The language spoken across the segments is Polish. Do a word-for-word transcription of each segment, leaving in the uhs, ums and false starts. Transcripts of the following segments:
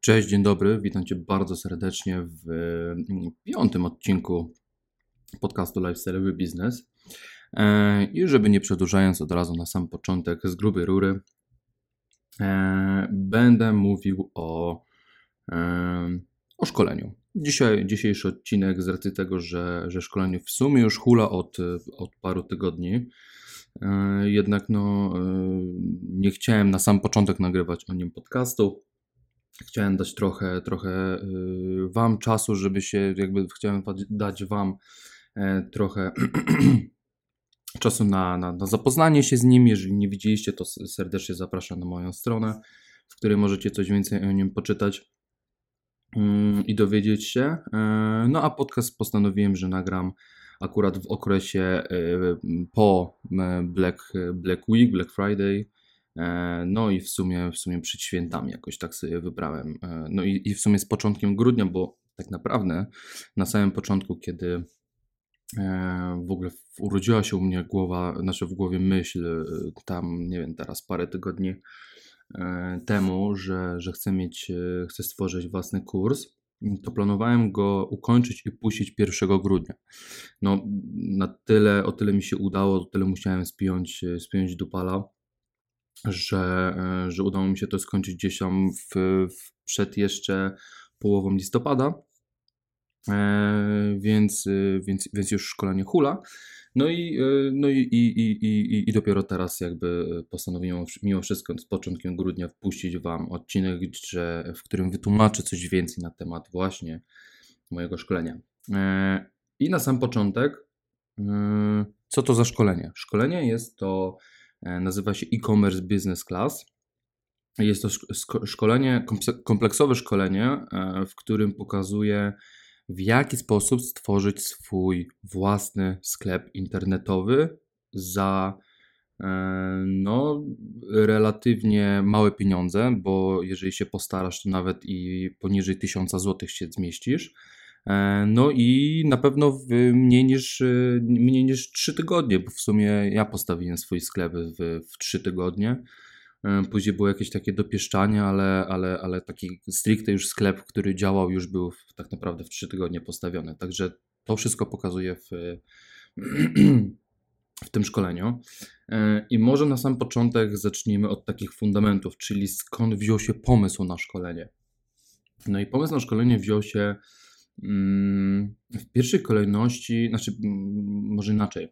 Cześć, dzień dobry, witam Cię bardzo serdecznie w mm, piątym odcinku podcastu Lifestyle Business. E, I żeby nie przedłużając od razu na sam początek z grubej rury, e, będę mówił o, e, o szkoleniu. Dzisiaj, dzisiejszy odcinek z racji tego, że, że szkolenie w sumie już hula od, od paru tygodni, e, jednak no, e, nie chciałem na sam początek nagrywać o nim podcastu. Chciałem dać trochę, trochę y, Wam czasu, żeby się, jakby chciałem dać Wam e, trochę czasu na, na, na zapoznanie się z nim. Jeżeli nie widzieliście, to serdecznie zapraszam na moją stronę, w której możecie coś więcej o nim poczytać mm, i dowiedzieć się. E, no a podcast postanowiłem, że nagram akurat w okresie e, po e, Black, Black Week, Black Friday. No i w sumie, w sumie przed świętami jakoś tak sobie wybrałem. No i, i w sumie z początkiem grudnia, bo tak naprawdę na samym początku, kiedy w ogóle urodziła się u mnie głowa, znaczy w głowie myśl tam, nie wiem, teraz parę tygodni temu, że, że chcę mieć, chcę stworzyć własny kurs, to planowałem go ukończyć i puścić pierwszego grudnia. No na tyle, o tyle mi się udało, o tyle musiałem spiąć, spiąć dupala, że, że udało mi się to skończyć gdzieś tam w, w przed jeszcze połową listopada, e, więc, więc, więc już szkolenie hula. No i, no i, i, i, i, i dopiero teraz jakby postanowiłem mimo wszystko z początkiem grudnia wpuścić Wam odcinek, że, w którym wytłumaczę coś więcej na temat właśnie mojego szkolenia. E, I na sam początek, e, co to za szkolenie? Szkolenie jest to Nazywa się e-commerce business class. Jest to szkolenie, kompleksowe szkolenie, w którym pokazuję, w jaki sposób stworzyć swój własny sklep internetowy za no, relatywnie małe pieniądze, bo jeżeli się postarasz, to nawet i poniżej tysiąca złotych się zmieścisz. No i na pewno w mniej niż, mniej niż trzy tygodnie, bo w sumie ja postawiłem swój sklep w, w trzy tygodnie. Później było jakieś takie dopieszczanie, ale, ale, ale taki stricte już sklep, który działał, już był w, tak naprawdę w trzy tygodnie postawiony. Także to wszystko pokazuję w, w tym szkoleniu. I może na sam początek zacznijmy od takich fundamentów, czyli skąd wziął się pomysł na szkolenie. No i pomysł na szkolenie wziął się w pierwszej kolejności, znaczy może inaczej.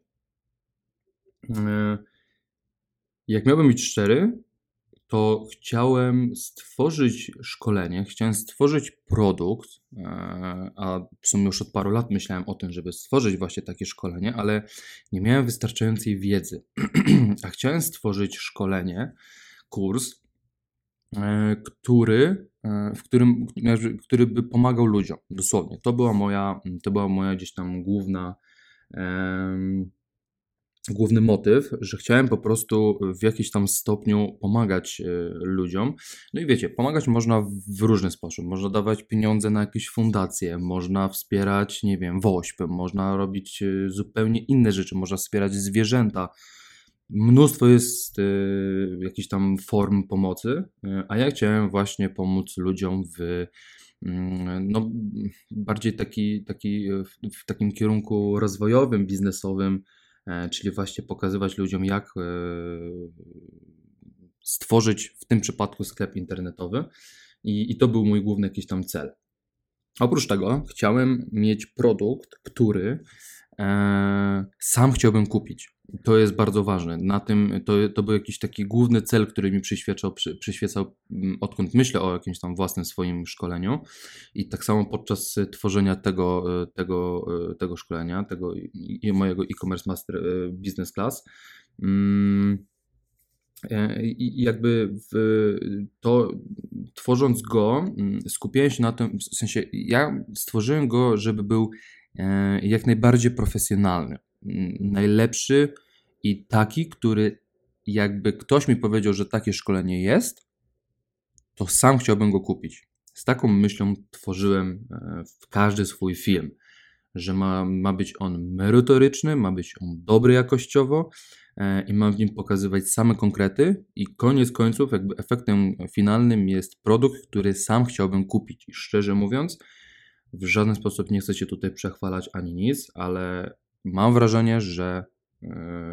Jak miałbym być szczery, to chciałem stworzyć szkolenie, chciałem stworzyć produkt, a w sumie już od paru lat myślałem o tym, żeby stworzyć właśnie takie szkolenie, ale nie miałem wystarczającej wiedzy. A chciałem stworzyć szkolenie, kurs, który, w którym, który by pomagał ludziom, dosłownie. To była moja, to była moja gdzieś tam główna, um, główny motyw, że chciałem po prostu w jakimś tam stopniu pomagać ludziom. No i wiecie, pomagać można w różny sposób. Można dawać pieniądze na jakieś fundacje, można wspierać, nie wiem, WOŚP, można robić zupełnie inne rzeczy, można wspierać zwierzęta. Mnóstwo jest y, jakichś tam form pomocy, y, a ja chciałem właśnie pomóc ludziom w y, no, bardziej taki, taki, w, w takim kierunku rozwojowym, biznesowym, y, czyli właśnie pokazywać ludziom, jak y, stworzyć w tym przypadku sklep internetowy i, i to był mój główny jakiś tam cel. Oprócz tego chciałem mieć produkt, który e, sam chciałbym kupić. To jest bardzo ważne. Na tym, to, to był jakiś taki główny cel, który mi przyświecał, przy, przyświecał, odkąd myślę o jakimś tam własnym swoim szkoleniu. I tak samo podczas tworzenia tego, tego, tego szkolenia, tego i mojego e-commerce master business class, mm, I jakby w to tworząc go, skupiałem się na tym, w sensie ja stworzyłem go, żeby był jak najbardziej profesjonalny, najlepszy i taki, który jakby ktoś mi powiedział, że takie szkolenie jest, to sam chciałbym go kupić. Z taką myślą tworzyłem w każdy swój film, że ma, ma być on merytoryczny, ma być on dobry jakościowo, i mam w nim pokazywać same konkrety i koniec końców jakby efektem finalnym jest produkt, który sam chciałbym kupić. I szczerze mówiąc, w żaden sposób nie chcę się tutaj przechwalać ani nic, ale mam wrażenie, że yy,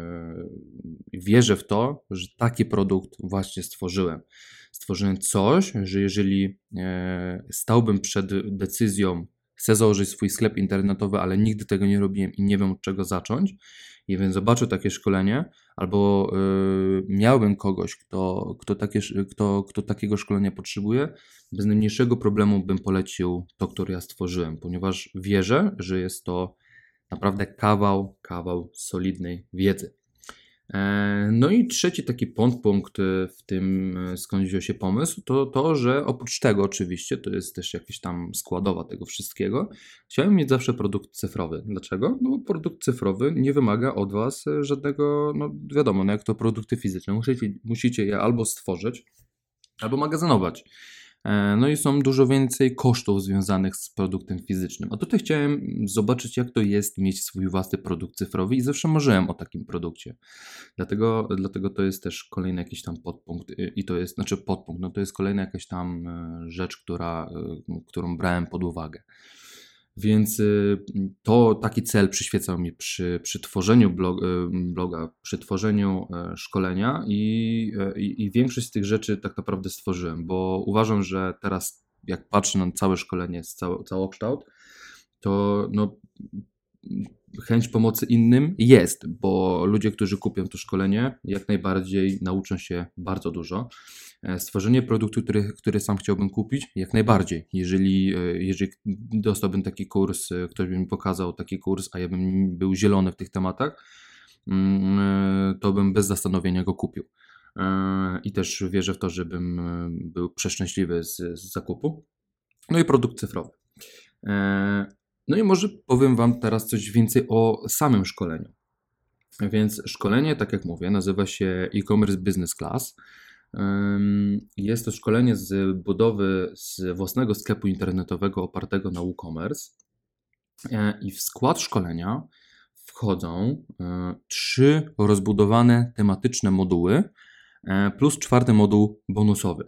wierzę w to, że taki produkt właśnie stworzyłem. Stworzyłem coś, że jeżeli yy, stałbym przed decyzją, chcę założyć swój sklep internetowy, ale nigdy tego nie robiłem i nie wiem od czego zacząć, i więc zobaczę takie szkolenie, albo yy, miałbym kogoś, kto, kto, takie, kto, kto takiego szkolenia potrzebuje, bez najmniejszego problemu bym polecił to, które ja stworzyłem, ponieważ wierzę, że jest to naprawdę kawał, kawał solidnej wiedzy. No i trzeci taki podpunkt w tym, skąd wziął się pomysł, to to, że oprócz tego oczywiście, to jest też jakaś tam składowa tego wszystkiego, chciałem mieć zawsze produkt cyfrowy. Dlaczego? No bo produkt cyfrowy nie wymaga od Was żadnego, no wiadomo, no jak to produkty fizyczne, musicie, musicie je albo stworzyć, albo magazynować. No i są dużo więcej kosztów związanych z produktem fizycznym. A tutaj chciałem zobaczyć, jak to jest mieć swój własny produkt cyfrowy i zawsze marzyłem o takim produkcie. Dlatego, dlatego to jest też kolejny jakiś tam podpunkt i to jest, znaczy podpunkt, no to jest kolejna jakaś tam rzecz, która, którą brałem pod uwagę. Więc to taki cel przyświecał mi przy, przy tworzeniu blog, bloga, przy tworzeniu szkolenia i, i, i większość z tych rzeczy tak naprawdę stworzyłem, bo uważam, że teraz jak patrzę na całe szkolenie, cały, całokształt, to no, chęć pomocy innym jest, bo ludzie, którzy kupią to szkolenie, jak najbardziej nauczą się bardzo dużo. Stworzenie produktu, który, który sam chciałbym kupić, jak najbardziej. Jeżeli, jeżeli dostałbym taki kurs, ktoś by mi pokazał taki kurs, a ja bym był zielony w tych tematach, to bym bez zastanowienia go kupił. I też wierzę w to, żebym był przeszczęśliwy z, z zakupu. No i produkt cyfrowy. No i może powiem Wam teraz coś więcej o samym szkoleniu. Więc szkolenie, tak jak mówię, nazywa się e-commerce business class. Jest to szkolenie z budowy z własnego sklepu internetowego opartego na WooCommerce i w skład szkolenia wchodzą trzy rozbudowane tematyczne moduły plus czwarty moduł bonusowy.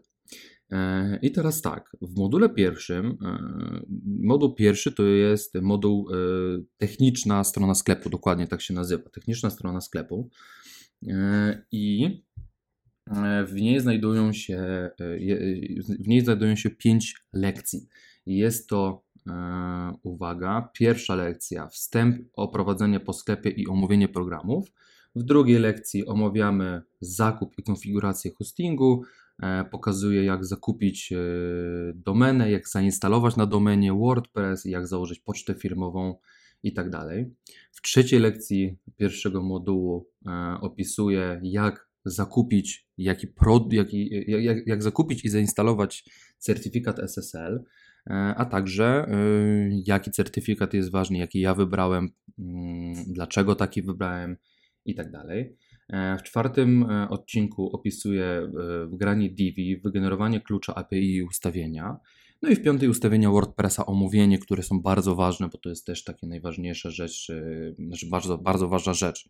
I teraz tak, w module pierwszym, moduł pierwszy to jest moduł techniczna strona sklepu, dokładnie tak się nazywa, techniczna strona sklepu i w niej znajdują się, w niej znajdują się pięć lekcji. Jest to, uwaga, pierwsza lekcja, wstęp, oprowadzenie po sklepie i omówienie programów. W drugiej lekcji omawiamy zakup i konfigurację hostingu, pokazuję jak zakupić domenę, jak zainstalować na domenie WordPress, jak założyć pocztę firmową i tak dalej. W trzeciej lekcji pierwszego modułu opisuję jak zakupić, jaki prod, jaki, jak, jak zakupić i zainstalować certyfikat S S L, a także jaki certyfikat jest ważny, jaki ja wybrałem, dlaczego taki wybrałem i tak dalej. W czwartym odcinku opisuję wgranie Divi, wygenerowanie klucza A P I i ustawienia. No i w piątej ustawienia WordPressa, omówienie, które są bardzo ważne, bo to jest też takie najważniejsza rzecz, znaczy bardzo, bardzo ważna rzecz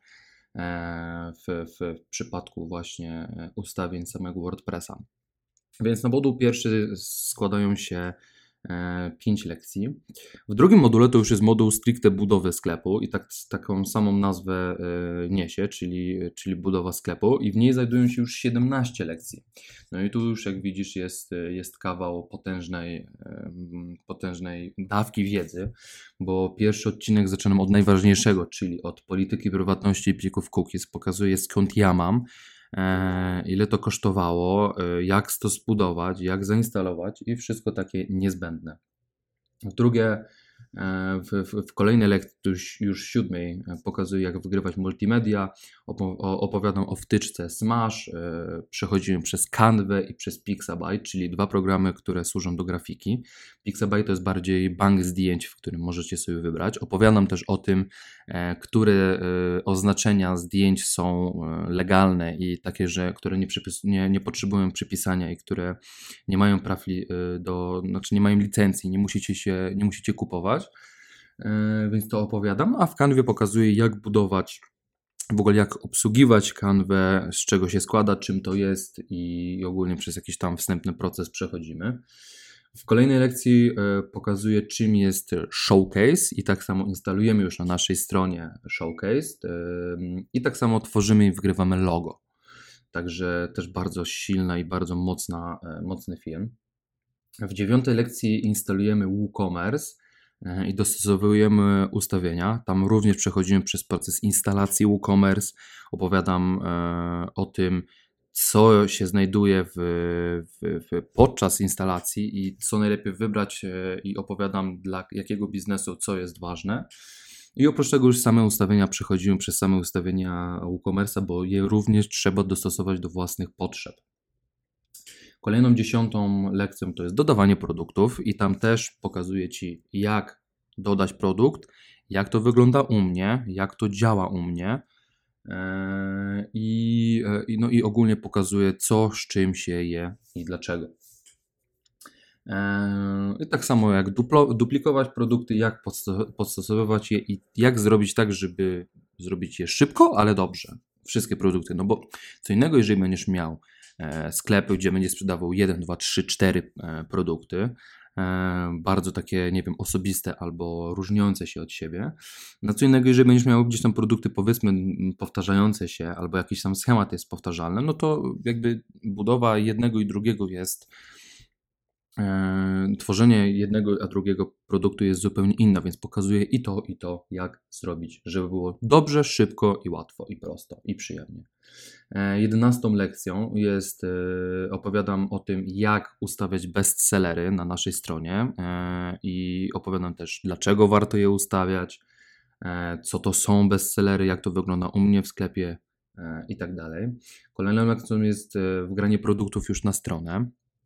w, w, w przypadku właśnie ustawień samego WordPressa. Więc na moduł pierwszy składają się pięć lekcji. W drugim module to już jest moduł stricte budowy sklepu i tak, taką samą nazwę niesie, czyli, czyli budowa sklepu i w niej znajdują się już siedemnaście lekcji. No i tu już jak widzisz jest, jest kawał potężnej, potężnej dawki wiedzy, bo pierwszy odcinek zaczynam od najważniejszego, czyli od polityki prywatności i plików cookies. Pokazuję skąd ja mam, ile to kosztowało, jak to zbudować, jak zainstalować i wszystko takie niezbędne. Drugie, w, w, w kolejnej lekcji, już, już siódmej, pokazuję jak wygrywać multimedia, opo- opowiadam o wtyczce Smash, przechodziłem przez Canwę i przez Pixabay, czyli dwa programy, które służą do grafiki. Pixabay to jest bardziej bank zdjęć, w którym możecie sobie wybrać. Opowiadam też o tym, które oznaczenia zdjęć są legalne i takie, że które nie, przypis- nie, nie potrzebują przypisania i które nie mają praw li- do, znaczy nie mają licencji, nie musicie się, nie musicie kupować. Więc to opowiadam, a w Canwie pokazuję jak budować w ogóle jak obsługiwać Canwę, z czego się składa, czym to jest i ogólnie przez jakiś tam wstępny proces przechodzimy. W kolejnej lekcji pokazuję, czym jest Showcase i tak samo instalujemy już na naszej stronie Showcase i tak samo tworzymy i wgrywamy logo. Także też bardzo silna i bardzo mocna, mocny film. W dziewiątej lekcji instalujemy WooCommerce i dostosowujemy ustawienia. Tam również przechodzimy przez proces instalacji WooCommerce. Opowiadam o tym, co się znajduje w, w, w, podczas instalacji i co najlepiej wybrać i opowiadam dla jakiego biznesu co jest ważne. I oprócz tego już same ustawienia przechodzimy przez same ustawienia WooCommerce'a, bo je również trzeba dostosować do własnych potrzeb. Kolejną dziesiątą lekcją to jest dodawanie produktów i tam też pokazuję Ci, jak dodać produkt, jak to wygląda u mnie, jak to działa u mnie i, no i ogólnie pokazuję, co z czym się je i dlaczego. I tak samo jak duplo, duplikować produkty, jak podstosowywać je i jak zrobić tak, żeby zrobić je szybko, ale dobrze. Wszystkie produkty, no bo co innego, jeżeli będziesz miał sklepy, gdzie będziesz sprzedawał jeden, dwa, trzy, cztery produkty, bardzo takie, nie wiem, osobiste albo różniące się od siebie. No co innego, jeżeli będziesz miał gdzieś tam produkty, powiedzmy, powtarzające się albo jakiś tam schemat jest powtarzalny, no to jakby budowa jednego i drugiego jest tworzenie jednego a drugiego produktu jest zupełnie inna, więc pokazuję i to, i to, jak zrobić, żeby było dobrze, szybko i łatwo, i prosto, i przyjemnie. Jedenastą lekcją jest, opowiadam o tym, jak ustawiać bestsellery na naszej stronie i opowiadam też, dlaczego warto je ustawiać, co to są bestsellery, jak to wygląda u mnie w sklepie i tak dalej. Kolejną lekcją jest wgranie produktów już na stronę.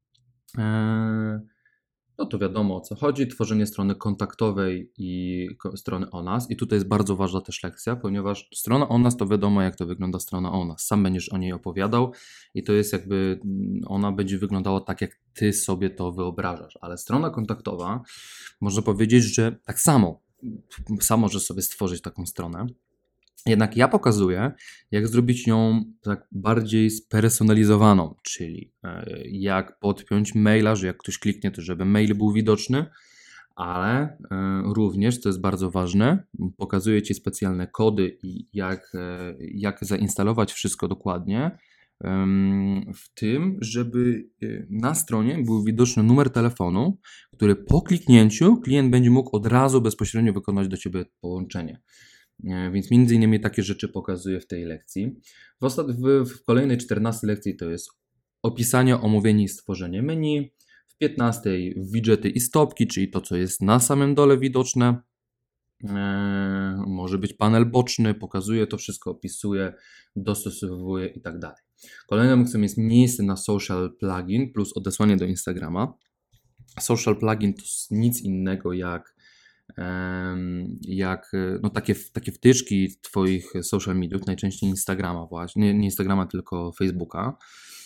No to wiadomo, o co chodzi, tworzenie strony kontaktowej i strony o nas i tutaj jest bardzo ważna też lekcja, ponieważ strona o nas to wiadomo, jak to wygląda strona o nas, sam będziesz o niej opowiadał i to jest jakby, ona będzie wyglądała tak, jak ty sobie to wyobrażasz, ale strona kontaktowa, można powiedzieć, że tak samo, sam możesz sobie stworzyć taką stronę. Jednak ja pokazuję, jak zrobić ją tak bardziej spersonalizowaną, czyli jak podpiąć maila, że jak ktoś kliknie, to żeby mail był widoczny, ale również, co jest bardzo ważne, pokazuję Ci specjalne kody i jak, jak zainstalować wszystko dokładnie, w tym, żeby na stronie był widoczny numer telefonu, który po kliknięciu klient będzie mógł od razu bezpośrednio wykonać do Ciebie połączenie. Więc między innymi takie rzeczy pokazuję w tej lekcji. W, ostat... w, w kolejnej czternastej lekcji to jest opisanie, omówienie i stworzenie menu. W piętnastej widgety i stopki, czyli to, co jest na samym dole widoczne. Eee, może być panel boczny, pokazuje to wszystko, opisuje, dostosowuje i tak dalej. Kolejną lekcją jest miejsce na social plugin plus odesłanie do Instagrama. Social plugin to nic innego jak jak no takie, takie wtyczki Twoich social mediów, najczęściej Instagrama właśnie, nie, nie Instagrama, tylko Facebooka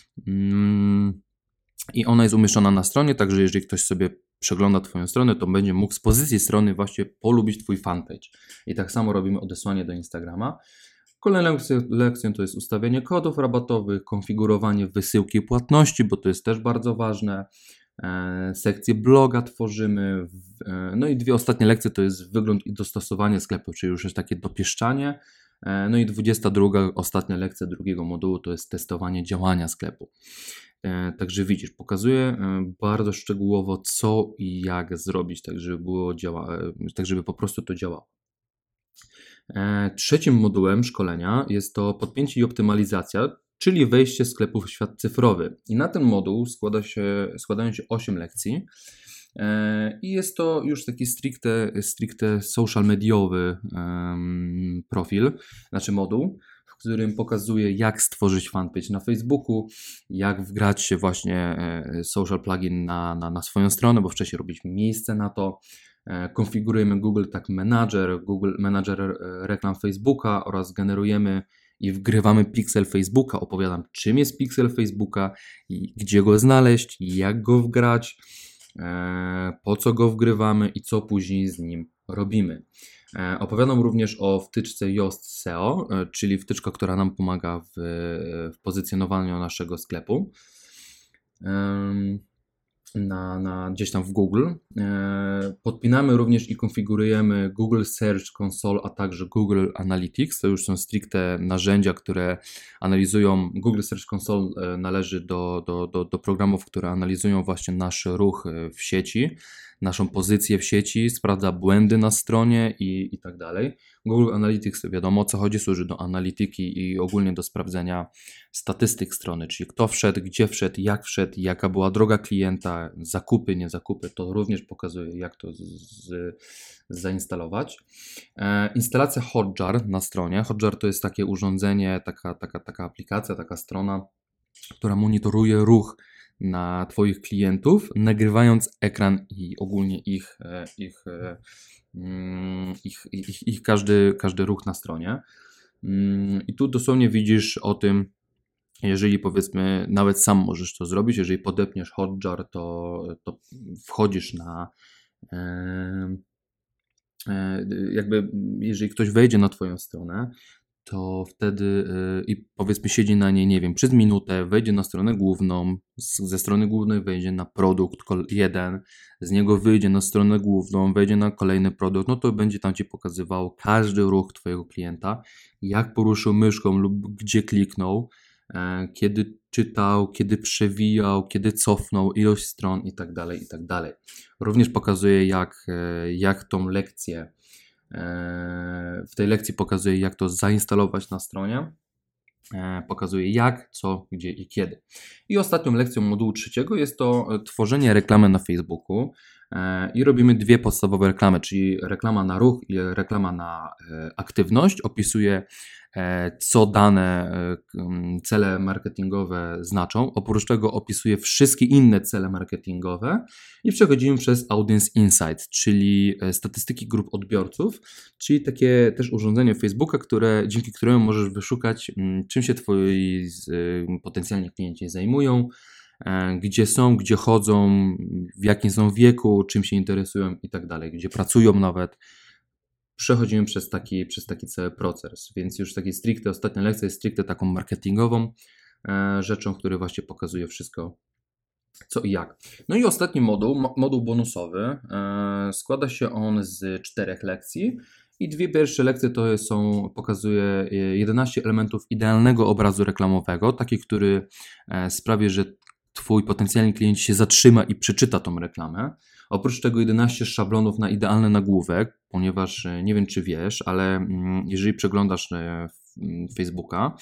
i ona jest umieszczona na stronie, także jeżeli ktoś sobie przegląda Twoją stronę, to będzie mógł z pozycji strony właśnie polubić Twój fanpage i tak samo robimy odesłanie do Instagrama. Kolejną lekcją to jest ustawienie kodów rabatowych, konfigurowanie wysyłki płatności, bo to jest też bardzo ważne. Sekcję bloga tworzymy, no i dwie ostatnie lekcje to jest wygląd i dostosowanie sklepu, czyli już jest takie dopieszczanie, no i dwudziesta druga ostatnia lekcja drugiego modułu to jest testowanie działania sklepu. Także widzisz, pokazuję bardzo szczegółowo co i jak zrobić, tak żeby było działa, tak żeby po prostu to działało. Trzecim modułem szkolenia jest to podpięcie i optymalizacja, czyli wejście sklepu w świat cyfrowy. I na ten moduł składa się, składają się osiem lekcji i jest to już taki stricte, stricte social mediowy um, profil, znaczy moduł, w którym pokazuję, jak stworzyć fanpage na Facebooku, jak wgrać się właśnie social plugin na, na, na swoją stronę, bo wcześniej robiliśmy miejsce na to. Konfigurujemy Google Tag Manager, Google Manager reklam Facebooka oraz generujemy i wgrywamy pixel Facebooka. Opowiadam, czym jest pixel Facebooka, i gdzie go znaleźć, jak go wgrać, po co go wgrywamy i co później z nim robimy. E, opowiadam również o wtyczce Yoast S E O, e, czyli wtyczka, która nam pomaga w, w pozycjonowaniu naszego sklepu. Em, Na, na gdzieś tam w Google. E, podpinamy również i konfigurujemy Google Search Console, a także Google Analytics. To już są stricte narzędzia, które analizują. Google Search Console e, należy do, do, do, do programów, które analizują właśnie nasz ruch e, w sieci, naszą pozycję w sieci, sprawdza błędy na stronie i, i tak dalej. Google Analytics, wiadomo o co chodzi, służy do analityki i ogólnie do sprawdzenia statystyk strony, czyli kto wszedł, gdzie wszedł, jak wszedł, jaka była droga klienta, zakupy, nie zakupy, to również pokazuje, jak to z, z, zainstalować. E, instalacja Hotjar na stronie. Hotjar to jest takie urządzenie, taka, taka, taka aplikacja, taka strona, która monitoruje ruch na Twoich klientów, nagrywając ekran i ogólnie ich, ich, ich, ich, ich, ich każdy, każdy ruch na stronie. I tu dosłownie widzisz o tym, jeżeli powiedzmy, nawet sam możesz to zrobić, jeżeli podepniesz Hotjar, to, to wchodzisz na e, e, jakby, jeżeli ktoś wejdzie na Twoją stronę, to wtedy yy, i powiedzmy siedzi na niej, nie wiem, przez minutę, wejdzie na stronę główną, z, ze strony głównej wejdzie na produkt jeden, z niego wyjdzie na stronę główną, wejdzie na kolejny produkt, no to będzie tam Ci pokazywał każdy ruch Twojego klienta, jak poruszył myszką lub gdzie kliknął, e, kiedy czytał, kiedy przewijał, kiedy cofnął, ilość stron i tak dalej, i tak dalej. Również pokazuje, jak, e, jak tą lekcję w tej lekcji pokazuję, jak to zainstalować na stronie, pokazuję jak, co, gdzie i kiedy. I ostatnią lekcją modułu trzeciego jest to tworzenie reklamy na Facebooku i robimy dwie podstawowe reklamy, czyli reklama na ruch i reklama na aktywność. Opisuję, co dane cele marketingowe znaczą. Oprócz tego opisuję wszystkie inne cele marketingowe i przechodzimy przez Audience Insights, czyli statystyki grup odbiorców, czyli takie też urządzenie Facebooka, które, dzięki któremu możesz wyszukać, czym się Twoi potencjalni klienci zajmują, gdzie są, gdzie chodzą, w jakim są wieku, czym się interesują i tak dalej, gdzie pracują nawet. Przechodzimy przez taki, przez taki cały proces, więc już taki stricte, ostatnia lekcja jest stricte taką marketingową e, rzeczą, który właśnie pokazuje wszystko, co i jak. No i ostatni moduł, moduł bonusowy, e, składa się on z czterech lekcji i dwie pierwsze lekcje to są, pokazuje jedenaście elementów idealnego obrazu reklamowego, taki, który e, sprawi, że Twój potencjalny klient się zatrzyma i przeczyta tą reklamę. Oprócz tego jedenaście szablonów na idealny nagłówek, ponieważ nie wiem, czy wiesz, ale jeżeli przeglądasz Facebooka,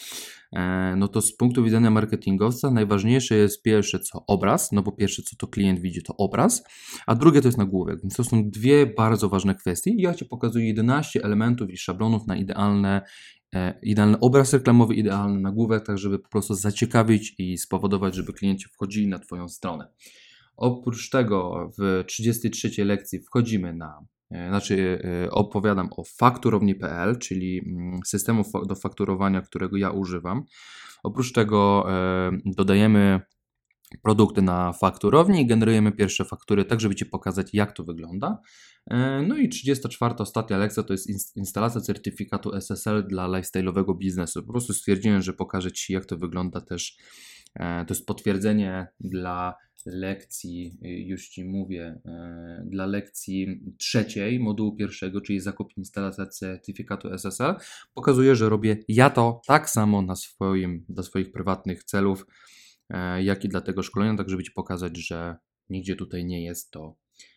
no to z punktu widzenia marketingowca najważniejsze jest pierwsze co obraz, no bo pierwsze co to klient widzi to obraz, a drugie to jest nagłówek, więc to są dwie bardzo ważne kwestie i ja Ci pokazuję jedenaście elementów i szablonów na idealne idealny obraz reklamowy, idealny nagłówek, tak żeby po prostu zaciekawić i spowodować, żeby klienci wchodzili na Twoją stronę. Oprócz tego w trzydziestej trzeciej lekcji wchodzimy na, znaczy opowiadam o fakturowni kropka pe el, czyli systemu do fakturowania, którego ja używam. Oprócz tego dodajemy produkty na fakturowni i generujemy pierwsze faktury, tak żeby Ci pokazać, jak to wygląda. No i trzydziesta czwarta, ostatnia lekcja to jest instalacja certyfikatu S S L dla lifestyle'owego biznesu. Po prostu stwierdziłem, że pokażę Ci, jak to wygląda też. To jest potwierdzenie dla lekcji, już Ci mówię, dla lekcji trzeciej modułu pierwszego, czyli zakup instalacja certyfikatu S S L. Pokazuje, że robię ja to tak samo na swoim, dla swoich prywatnych celów, jak i dla tego szkolenia, tak żeby Ci pokazać, że nigdzie tutaj nie jest to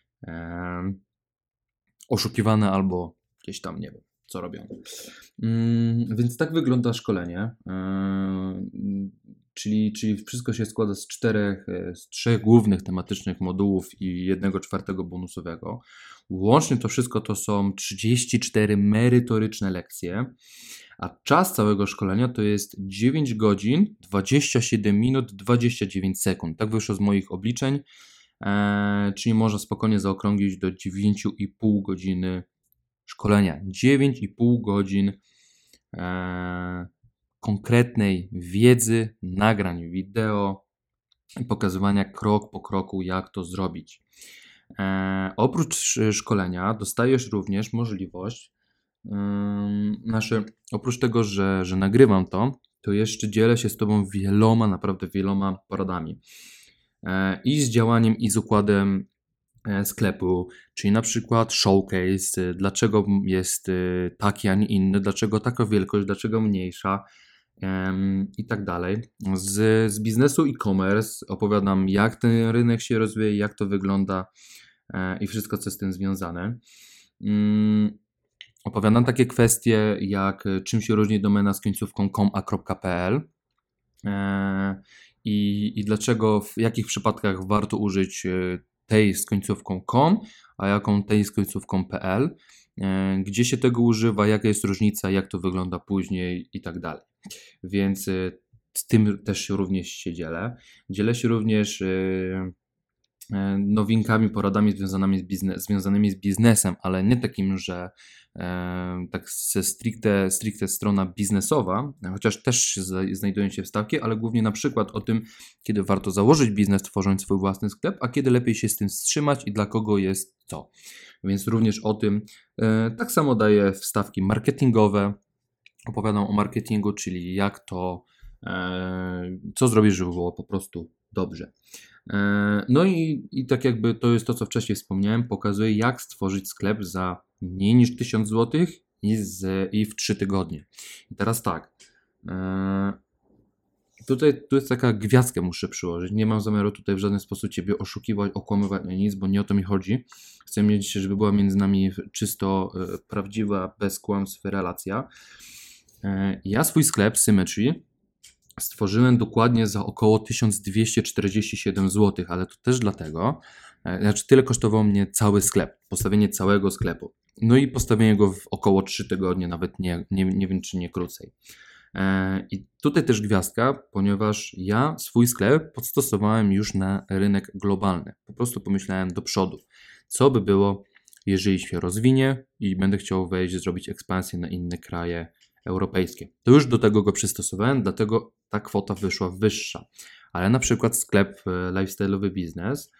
e, oszukiwane albo gdzieś tam nie wiem, co robią. Mm, więc tak wygląda szkolenie, e, czyli, czyli wszystko się składa z czterech, z trzech głównych tematycznych modułów i jednego czwartego bonusowego. Łącznie to wszystko to są trzydzieści cztery merytoryczne lekcje, a czas całego szkolenia to jest dziewięć godzin, dwadzieścia siedem minut, dwadzieścia dziewięć sekund. Tak wyszło z moich obliczeń, e, czyli można spokojnie zaokrąglić do dziewięć i pół godziny szkolenia. dziewięć i pół godzin e, konkretnej wiedzy, nagrań wideo i pokazywania krok po kroku, jak to zrobić. E, oprócz szkolenia dostajesz również możliwość Nasze, oprócz tego, że, że nagrywam to, to jeszcze dzielę się z Tobą wieloma, naprawdę wieloma poradami. I z działaniem, i z układem sklepu, czyli na przykład showcase, dlaczego jest taki, a nie inny, dlaczego taka wielkość, dlaczego mniejsza i tak dalej. Z, z biznesu e-commerce opowiadam, jak ten rynek się rozwija, jak to wygląda i wszystko, co z tym związane. Opowiadam takie kwestie, jak czym się różni domena z końcówką com a .pl i, i dlaczego, w jakich przypadkach warto użyć tej z końcówką .com, a jaką tej z końcówką .pl, gdzie się tego używa, jaka jest różnica, jak to wygląda później i tak dalej. Więc z tym też również się dzielę. Dzielę się również nowinkami, poradami związanymi z, biznes, związanymi z biznesem, ale nie takim, że e, tak ze stricte, stricte strona biznesowa, chociaż też znajdują się wstawki, ale głównie na przykład o tym, kiedy warto założyć biznes, tworząc swój własny sklep, a kiedy lepiej się z tym wstrzymać i dla kogo jest co. Więc również o tym. E, tak samo daję wstawki marketingowe, opowiadam o marketingu, czyli jak to, e, co zrobić, żeby było po prostu dobrze. No i, i tak jakby to jest to, co wcześniej wspomniałem, pokazuje, jak stworzyć sklep za mniej niż tysiąc złotych i, z, i w trzy tygodnie. I teraz tak, tutaj tu jest taka gwiazdkę, muszę przyłożyć. Nie mam zamiaru tutaj w żaden sposób Ciebie oszukiwać, okłamywać, ani nic, bo nie o to mi chodzi. Chcę mieć, żeby była między nami czysto prawdziwa, bez kłamstw relacja. Ja swój sklep Symmetry stworzyłem dokładnie za około tysiąc dwieście czterdzieści siedem złotych, ale to też dlatego, znaczy tyle kosztował mnie cały sklep, postawienie całego sklepu. No i postawienie go w około trzy tygodnie, nawet nie, nie, nie wiem czy nie krócej. I tutaj też gwiazdka, ponieważ ja swój sklep podstosowałem już na rynek globalny. Po prostu pomyślałem do przodu, co by było, jeżeli się rozwinie i będę chciał wejść, zrobić ekspansję na inne kraje europejskie. To już do tego go przystosowałem, dlatego ta kwota wyszła wyższa. Ale na przykład sklep lifestyle'owy biznes,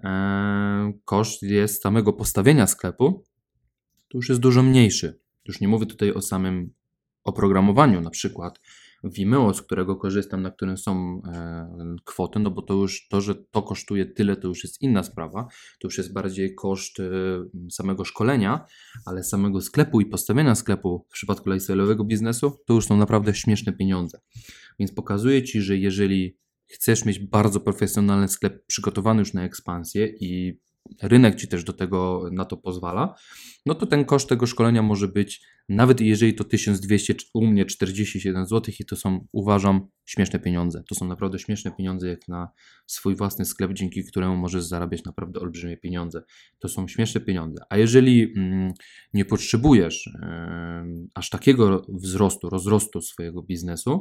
e, koszt jest samego postawienia sklepu, to już jest dużo mniejszy. Już nie mówię tutaj o samym oprogramowaniu, na przykład Vimeo, z którego korzystam, na którym są e, kwoty, no bo to już to, że to kosztuje tyle, to już jest inna sprawa. To już jest bardziej koszt e, samego szkolenia, ale samego sklepu i postawienia sklepu w przypadku lifestyle'owego biznesu, to już są naprawdę śmieszne pieniądze. Więc pokazuję Ci, że jeżeli chcesz mieć bardzo profesjonalny sklep przygotowany już na ekspansję i rynek Ci też do tego, na to pozwala, no to ten koszt tego szkolenia może być, nawet jeżeli to tysiąc dwieście, u mnie czterdzieści siedem złotych i to są, uważam, śmieszne pieniądze. To są naprawdę śmieszne pieniądze jak na swój własny sklep, dzięki któremu możesz zarabiać naprawdę olbrzymie pieniądze. To są śmieszne pieniądze. A jeżeli mm, nie potrzebujesz yy, aż takiego wzrostu, rozrostu swojego biznesu,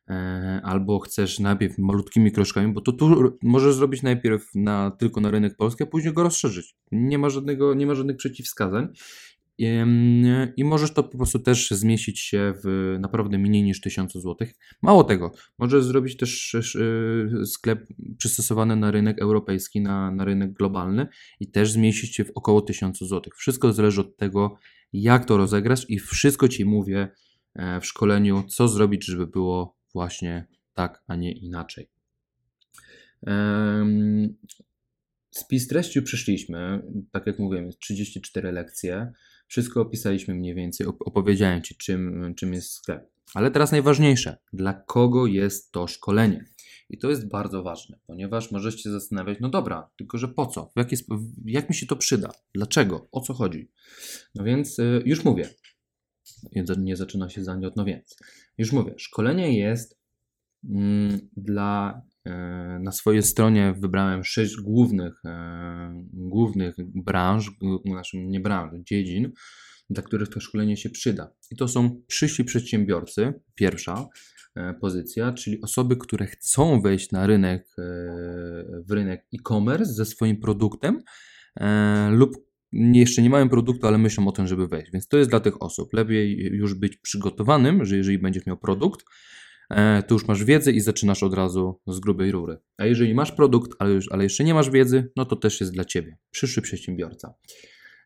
albo chcesz najpierw malutkimi kroczkami, bo to tu możesz zrobić najpierw na, tylko na rynek polski, a później go rozszerzyć. Nie ma żadnego, nie ma żadnych przeciwwskazań i, i możesz to po prostu też zmieścić się w naprawdę mniej niż tysiąc złotych. Mało tego, możesz zrobić też sklep przystosowany na rynek europejski, na, na rynek globalny i też zmieścić się w około tysiąc złotych. Wszystko zależy od tego, jak to rozegrać i wszystko Ci mówię w szkoleniu, co zrobić, żeby było właśnie tak, a nie inaczej. Spis treści przyszliśmy, tak jak mówiłem, trzydzieści cztery lekcje. Wszystko opisaliśmy mniej więcej, opowiedziałem Ci, czym, czym jest sklep. Ale teraz najważniejsze, dla kogo jest to szkolenie? I to jest bardzo ważne, ponieważ możesz się zastanawiać, no dobra, tylko że po co? W jaki, jak mi się to przyda? Dlaczego? O co chodzi? No więc już mówię. Nie zaczyna się za nie od no więc. Już mówię, szkolenie jest mm, dla, e, na swojej stronie wybrałem sześć głównych, e, głównych branż, znaczy nie branż, dziedzin, dla których to szkolenie się przyda. I to są przyszli przedsiębiorcy, pierwsza e, pozycja, czyli osoby, które chcą wejść na rynek, e, w rynek e-commerce ze swoim produktem e, lub jeszcze nie mają produktu, ale myślą o tym, żeby wejść. Więc to jest dla tych osób. Lepiej już być przygotowanym, że jeżeli będziesz miał produkt, to już masz wiedzę i zaczynasz od razu z grubej rury. A jeżeli masz produkt, ale, już, ale jeszcze nie masz wiedzy, no to też jest dla Ciebie. Przyszły przedsiębiorca.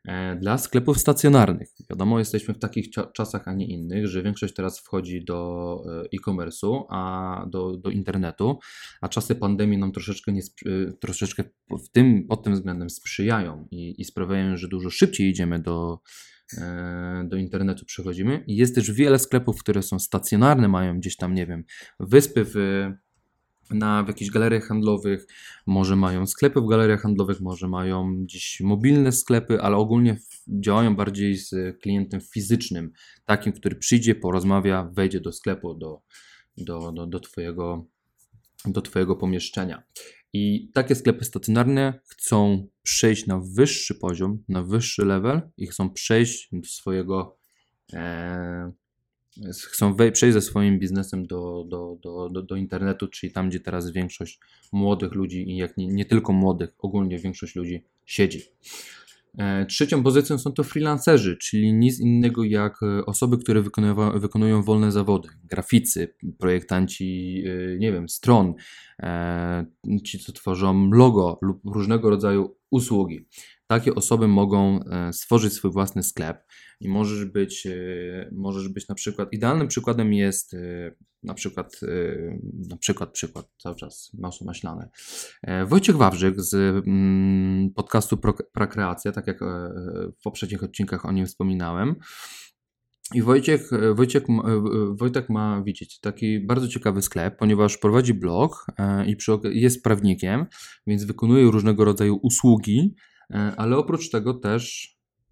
Dla sklepów stacjonarnych, wiadomo, jesteśmy w takich czasach, a nie innych, że większość teraz wchodzi do e-commerce'u, a do, do internetu, a czasy pandemii nam troszeczkę, nie, troszeczkę w tym, pod tym względem sprzyjają i, i sprawiają, że dużo szybciej idziemy do, do internetu, przechodzimy. I jest też wiele sklepów, które są stacjonarne, mają gdzieś tam, nie wiem, wyspy w Na, w jakichś galeriach handlowych, może mają sklepy w galeriach handlowych, może mają gdzieś mobilne sklepy, ale ogólnie działają bardziej z klientem fizycznym, takim, który przyjdzie, porozmawia, wejdzie do sklepu, do, do, do, do, twojego, do twojego pomieszczenia. I takie sklepy stacjonarne chcą przejść na wyższy poziom, na wyższy level i chcą przejść do swojego e, chcą wej- przejść ze swoim biznesem do, do, do, do, do internetu, czyli tam, gdzie teraz większość młodych ludzi i jak nie, nie tylko młodych, ogólnie większość ludzi siedzi. E, trzecią pozycją są to freelancerzy, czyli nic innego jak osoby, które wykonują, wykonują wolne zawody. Graficy, projektanci, e, nie wiem, stron, e, ci, co tworzą logo lub różnego rodzaju usługi. Takie osoby mogą e, stworzyć swój własny sklep i możesz być, e, możesz być na przykład, idealnym przykładem jest e, na przykład, e, na przykład, przykład, cały czas masło maślane. E, Wojciech Wawrzyk z mm, podcastu Pro, Prakreacja, tak jak e, w poprzednich odcinkach o nim wspominałem. I Wojciech, Wojciech, Wojtek ma, widzieć, taki bardzo ciekawy sklep, ponieważ prowadzi blog e, i przy, jest prawnikiem, więc wykonuje różnego rodzaju usługi, ale oprócz tego też,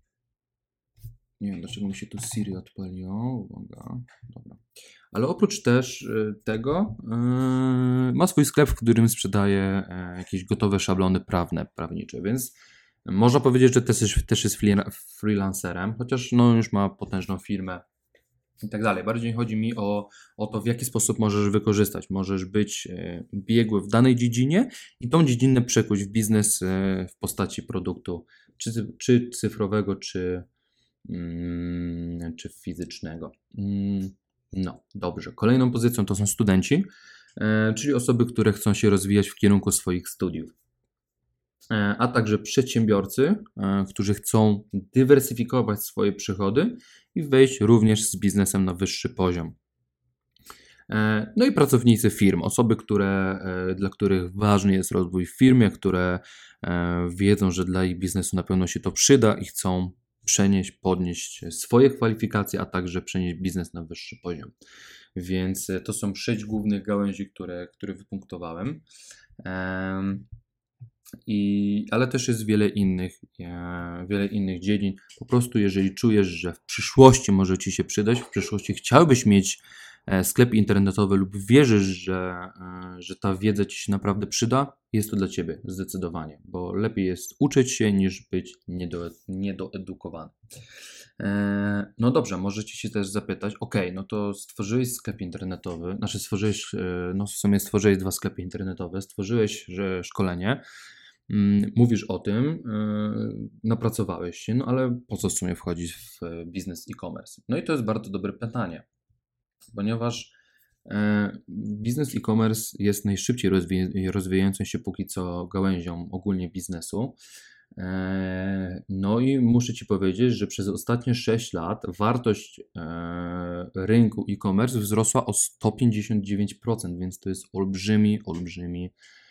nie wiem dlaczego mi się tu Siri odpaliło, uwaga, dobra. Ale oprócz też tego yy, ma swój sklep, w którym sprzedaje yy, jakieś gotowe szablony prawne, prawnicze, więc można powiedzieć, że też jest, też jest freelancerem, chociaż no, już ma potężną firmę i tak dalej. Bardziej chodzi mi o, o to, w jaki sposób możesz wykorzystać. Możesz być biegły w danej dziedzinie i tą dziedzinę przekuć w biznes w postaci produktu, czy, czy cyfrowego, czy, mm, czy fizycznego. No, dobrze. Kolejną pozycją to są studenci, czyli osoby, które chcą się rozwijać w kierunku swoich studiów. A także przedsiębiorcy, którzy chcą dywersyfikować swoje przychody i wejść również z biznesem na wyższy poziom. No i pracownicy firm, osoby, które, dla których ważny jest rozwój w firmie, które wiedzą, że dla ich biznesu na pewno się to przyda i chcą przenieść, podnieść swoje kwalifikacje, a także przenieść biznes na wyższy poziom. Więc to są sześć głównych gałęzi, które, które wypunktowałem. I, ale też jest wiele innych, e, wiele innych dziedzin. Po prostu jeżeli czujesz, że w przyszłości może Ci się przydać, w przyszłości chciałbyś mieć e, sklep internetowy lub wierzysz, że, e, że ta wiedza Ci się naprawdę przyda, jest to dla Ciebie zdecydowanie, bo lepiej jest uczyć się niż być niedo, niedoedukowany. E, no dobrze, możecie się też zapytać, ok, no to stworzyłeś sklep internetowy, znaczy stworzyłeś, e, no w sumie stworzyłeś dwa sklepy internetowe, stworzyłeś że szkolenie, mówisz o tym, napracowałeś się, no ale po co w sumie wchodzić w biznes e-commerce? No i to jest bardzo dobre pytanie, ponieważ biznes e-commerce jest najszybciej rozwij- rozwijającą się póki co gałęzią ogólnie biznesu. No i muszę Ci powiedzieć, że przez ostatnie sześć lat wartość rynku e-commerce wzrosła o sto pięćdziesiąt dziewięć procent, więc to jest olbrzymi, olbrzymi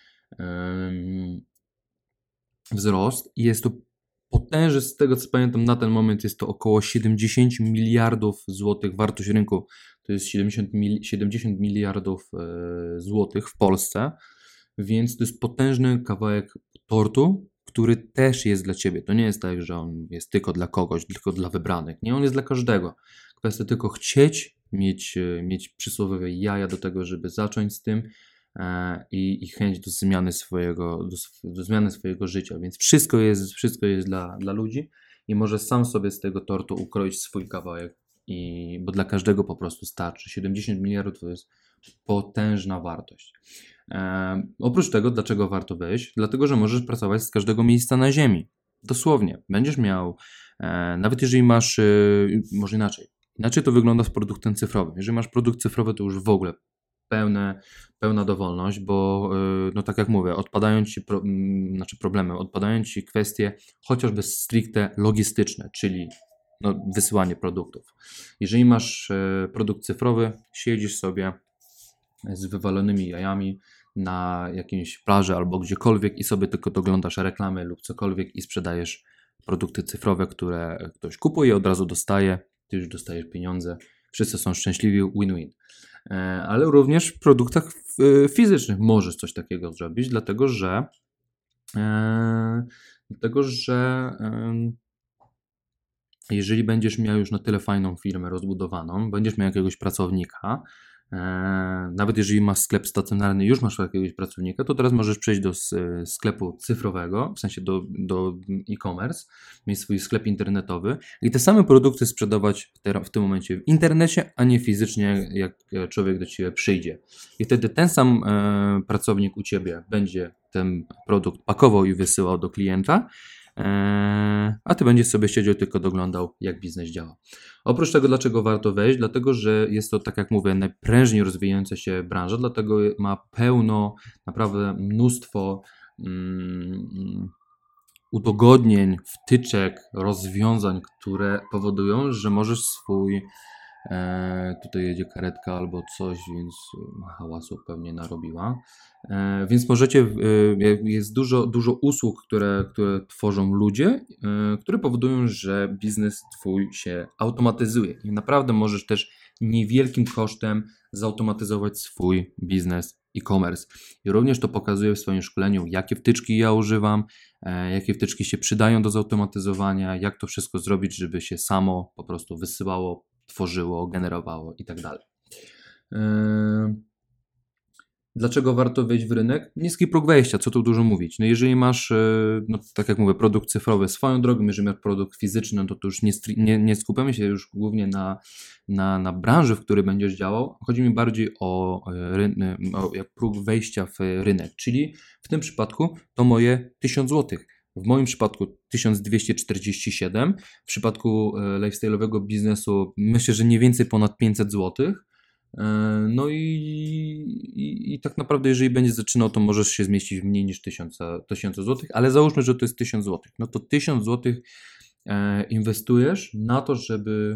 wzrost i jest to potężny, z tego co pamiętam na ten moment jest to około siedemdziesiąt miliardów złotych wartość rynku, to jest siedemdziesiąt miliardów złotych w Polsce, więc to jest potężny kawałek tortu, który też jest dla Ciebie. To nie jest tak, że on jest tylko dla kogoś, tylko dla wybranych. Nie, on jest dla każdego. Kwestia tylko chcieć, mieć, mieć przysłowiowe jaja do tego, żeby zacząć z tym, I, i chęć do zmiany swojego, do, do zmiany swojego życia, więc wszystko jest, wszystko jest dla, dla ludzi i może sam sobie z tego tortu ukroić swój kawałek, i, bo dla każdego po prostu starczy. siedemdziesiąt miliardów to jest potężna wartość. E, oprócz tego, dlaczego warto wejść? Dlatego, że możesz pracować z każdego miejsca na ziemi. Dosłownie. Będziesz miał, e, nawet jeżeli masz, e, może inaczej, inaczej to wygląda z produktem cyfrowym. Jeżeli masz produkt cyfrowy, to już w ogóle pełne, pełna dowolność, bo no tak jak mówię, odpadają Ci pro, znaczy problemy, odpadają Ci kwestie chociażby stricte logistyczne, czyli no, wysyłanie produktów. Jeżeli masz produkt cyfrowy, siedzisz sobie z wywalonymi jajami na jakiejś plaży albo gdziekolwiek i sobie tylko doglądasz reklamy lub cokolwiek i sprzedajesz produkty cyfrowe, które ktoś kupuje, od razu dostaje, ty już dostajesz pieniądze, wszyscy są szczęśliwi, win-win. Ale również w produktach fizycznych możesz coś takiego zrobić, dlatego że e, dlatego, że e, jeżeli będziesz miał już na tyle fajną firmę rozbudowaną, będziesz miał jakiegoś pracownika, nawet jeżeli masz sklep stacjonarny, już masz jakiegoś pracownika, to teraz możesz przejść do sklepu cyfrowego, w sensie do, do e-commerce, mieć swój sklep internetowy i te same produkty sprzedawać w, te, w tym momencie w internecie, a nie fizycznie, jak człowiek do Ciebie przyjdzie. I wtedy ten sam e, pracownik u Ciebie będzie ten produkt pakował i wysyłał do klienta, a Ty będziesz sobie siedział, tylko doglądał, jak biznes działa. Oprócz tego, dlaczego warto wejść? Dlatego, że jest to, tak jak mówię, najprężniej rozwijająca się branża, dlatego ma pełno, naprawdę mnóstwo um, udogodnień, wtyczek, rozwiązań, które powodują, że możesz swój E, tutaj jedzie karetka albo coś, więc hałasu pewnie narobiła. E, więc możecie, e, jest dużo, dużo usług, które, które tworzą ludzie, e, które powodują, że biznes Twój się automatyzuje. I naprawdę możesz też niewielkim kosztem zautomatyzować swój biznes e-commerce. I również to pokazuję w swoim szkoleniu, jakie wtyczki ja używam, e, jakie wtyczki się przydają do zautomatyzowania, jak to wszystko zrobić, żeby się samo po prostu wysyłało, tworzyło, generowało i tak dalej. Dlaczego warto wejść w rynek? Niski próg wejścia, co tu dużo mówić. No jeżeli masz, no tak jak mówię, produkt cyfrowy swoją drogą, jeżeli masz produkt fizyczny, no to, to już nie, nie, nie skupiamy się już głównie na, na, na branży, w której będziesz działał. Chodzi mi bardziej o, o próg wejścia w rynek, czyli w tym przypadku to moje tysiąc złotych. W moim przypadku tysiąc dwieście czterdzieści siedem, w przypadku lifestyle'owego biznesu myślę, że nie więcej ponad pięćset złotych. No i, i, i tak naprawdę jeżeli będziesz zaczynał, to możesz się zmieścić w mniej niż tysiąc złotych, ale załóżmy, że to jest tysiąc złotych. No to tysiąc złotych inwestujesz na to, żeby,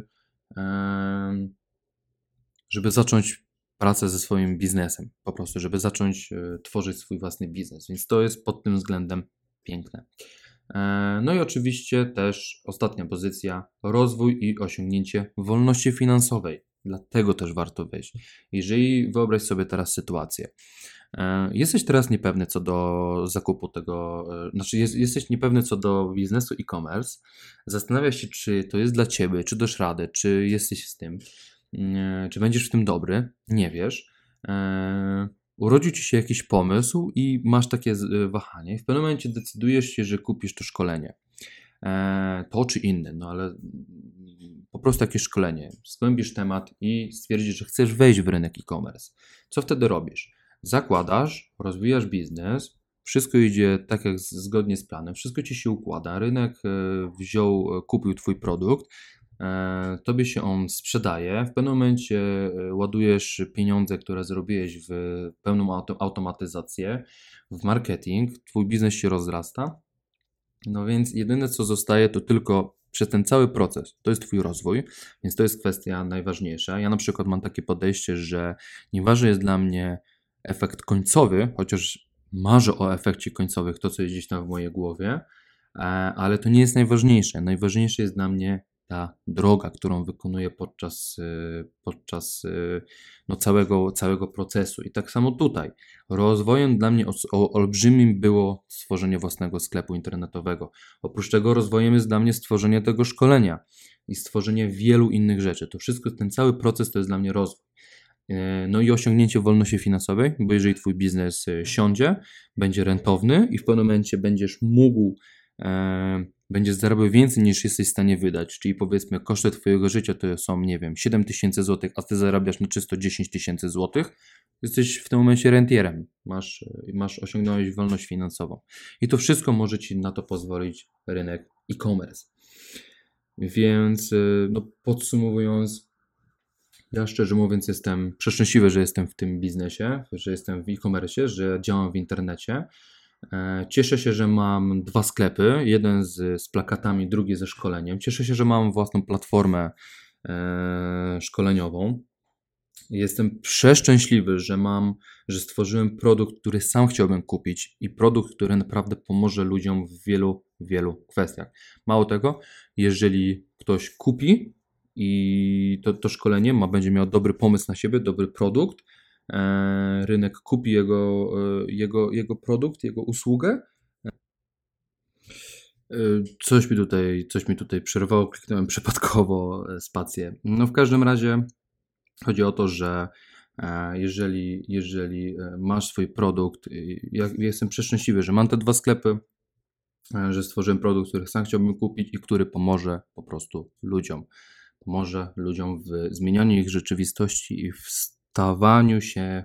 żeby zacząć pracę ze swoim biznesem, po prostu, żeby zacząć tworzyć swój własny biznes, więc to jest pod tym względem piękne. No i oczywiście też ostatnia pozycja, rozwój i osiągnięcie wolności finansowej. Dlatego też warto wejść. Jeżeli wyobraź sobie teraz sytuację, jesteś teraz niepewny co do zakupu tego, znaczy jest, jesteś niepewny co do biznesu e-commerce, zastanawiasz się, czy to jest dla Ciebie, czy dasz radę, czy jesteś z tym, czy będziesz w tym dobry, nie wiesz. Urodził Ci się jakiś pomysł i masz takie wahanie i w pewnym momencie decydujesz się, że kupisz to szkolenie. To czy inne, no ale po prostu jakieś szkolenie. Zgłębisz temat i stwierdzisz, że chcesz wejść w rynek e-commerce. Co wtedy robisz? Zakładasz, rozwijasz biznes, wszystko idzie tak jak zgodnie z planem, wszystko Ci się układa, rynek wziął, kupił Twój produkt, Tobie się on sprzedaje, w pewnym momencie ładujesz pieniądze, które zrobiłeś w pełną automatyzację, w marketing, Twój biznes się rozrasta, no więc jedyne co zostaje to tylko przez ten cały proces, to jest Twój rozwój, więc to jest kwestia najważniejsza. Ja na przykład mam takie podejście, że nieważny jest dla mnie efekt końcowy, chociaż marzę o efekcie końcowym, to co jest gdzieś tam w mojej głowie, ale to nie jest najważniejsze. Najważniejsze jest dla mnie ta droga, którą wykonuję podczas, podczas no, całego, całego procesu. I tak samo tutaj. Rozwojem dla mnie olbrzymim było stworzenie własnego sklepu internetowego. Oprócz tego rozwojem jest dla mnie stworzenie tego szkolenia i stworzenie wielu innych rzeczy. To wszystko, ten cały proces to jest dla mnie rozwój. No i osiągnięcie wolności finansowej, bo jeżeli Twój biznes siądzie, będzie rentowny i w pewnym momencie będziesz mógł e, będziesz zarabiał więcej niż jesteś w stanie wydać, czyli powiedzmy koszty Twojego życia to są, nie wiem, siedem tysięcy złotych, a Ty zarabiasz na czysto dziesięć tysięcy złotych, jesteś w tym momencie rentierem, masz, masz osiągnąłeś wolność finansową. I to wszystko może Ci na to pozwolić rynek e-commerce. Więc no, podsumowując, Ja szczerze mówiąc jestem przeszczęśliwy, że jestem w tym biznesie, że jestem w e-commerce, że działam w internecie. E, Cieszę się, że mam dwa sklepy, jeden z, z plakatami, drugi ze szkoleniem. Cieszę się, że mam własną platformę e, szkoleniową. Jestem przeszczęśliwy, że mam, że stworzyłem produkt, który sam chciałbym kupić i produkt, który naprawdę pomoże ludziom w wielu, wielu kwestiach. Mało tego, jeżeli ktoś kupi i to, to szkolenie ma, będzie miał dobry pomysł na siebie, dobry produkt, e, rynek kupi jego, e, jego, jego produkt, jego usługę. E, Coś mi tutaj, coś mi tutaj przerwało, kliknąłem przypadkowo e, spację. No w każdym razie chodzi o to, że e, jeżeli, jeżeli e, masz swój produkt, i ja jestem przeszczęśliwy, że mam te dwa sklepy, e, że stworzyłem produkt, który sam chciałbym kupić i który pomoże po prostu ludziom. Pomoże ludziom w zmienianiu ich rzeczywistości i w stawaniu się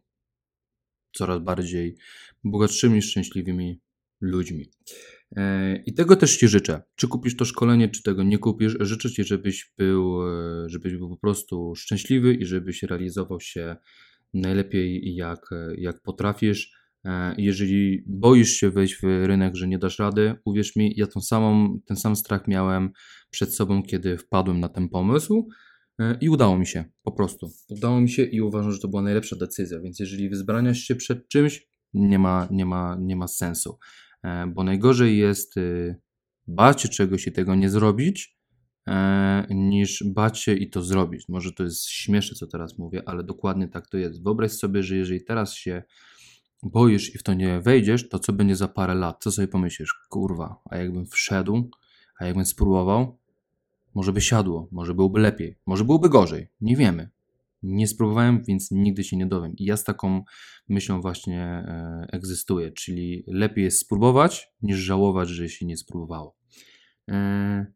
coraz bardziej bogatszymi, szczęśliwymi ludźmi. E, I tego też Ci życzę. Czy kupisz to szkolenie, czy tego nie kupisz, życzę Ci, żebyś był, e, żebyś był po prostu szczęśliwy i żebyś realizował się najlepiej jak, jak potrafisz. E, Jeżeli boisz się wejść w rynek, że nie dasz rady, uwierz mi, ja tą samą, ten sam strach miałem przed sobą, kiedy wpadłem na ten pomysł. E, I udało mi się, po prostu. Udało mi się i uważam, że to była najlepsza decyzja. Więc jeżeli wzbraniasz się przed czymś, nie ma, nie ma, nie ma sensu. E, Bo najgorzej jest y, bać się czegoś i tego nie zrobić, e, niż bać się i to zrobić. Może to jest śmieszne, co teraz mówię, ale dokładnie tak to jest. Wyobraź sobie, że jeżeli teraz się boisz i w to nie wejdziesz, to co będzie za parę lat? Co sobie pomyślisz? Kurwa, a jakbym wszedł, a jakbym spróbował, może by siadło, może byłoby lepiej, może byłoby gorzej, nie wiemy. Nie spróbowałem, więc nigdy się nie dowiem. I ja z taką myślą właśnie e, egzystuję, czyli lepiej jest spróbować, niż żałować, że się nie spróbowało. E,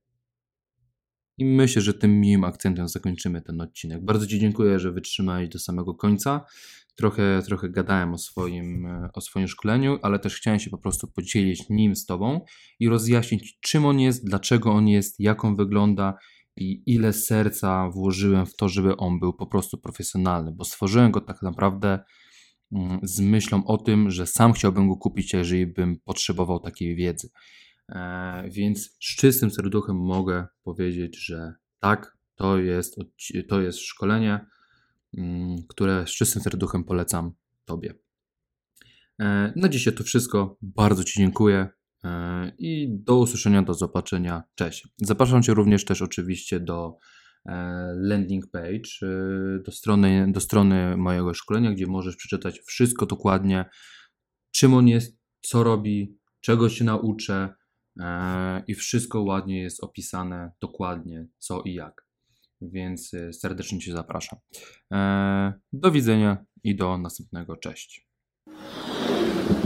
I myślę, że tym miłym akcentem zakończymy ten odcinek. Bardzo Ci dziękuję, że wytrzymałeś do samego końca. Trochę, trochę gadałem o swoim, e, o swoim szkoleniu, ale też chciałem się po prostu podzielić nim z Tobą i rozjaśnić, czym on jest, dlaczego on jest, jak on wygląda i ile serca włożyłem w to, żeby on był po prostu profesjonalny, bo stworzyłem go tak naprawdę mm, z myślą o tym, że sam chciałbym go kupić, jeżeli bym potrzebował takiej wiedzy. E, Więc z czystym serduchem mogę powiedzieć, że tak, to jest, odci- to jest szkolenie, mm, które z czystym serduchem polecam Tobie. E, Na dzisiaj to wszystko. Bardzo Ci dziękuję e, i do usłyszenia, do zobaczenia. Cześć. Zapraszam Cię również też oczywiście do e, landing page, e, do strony, do strony mojego szkolenia, gdzie możesz przeczytać wszystko dokładnie, czym on jest, co robi, czego się nauczę e, i wszystko ładnie jest opisane dokładnie, co i jak. Więc e, serdecznie Cię zapraszam. E, Do widzenia i do następnego. Cześć.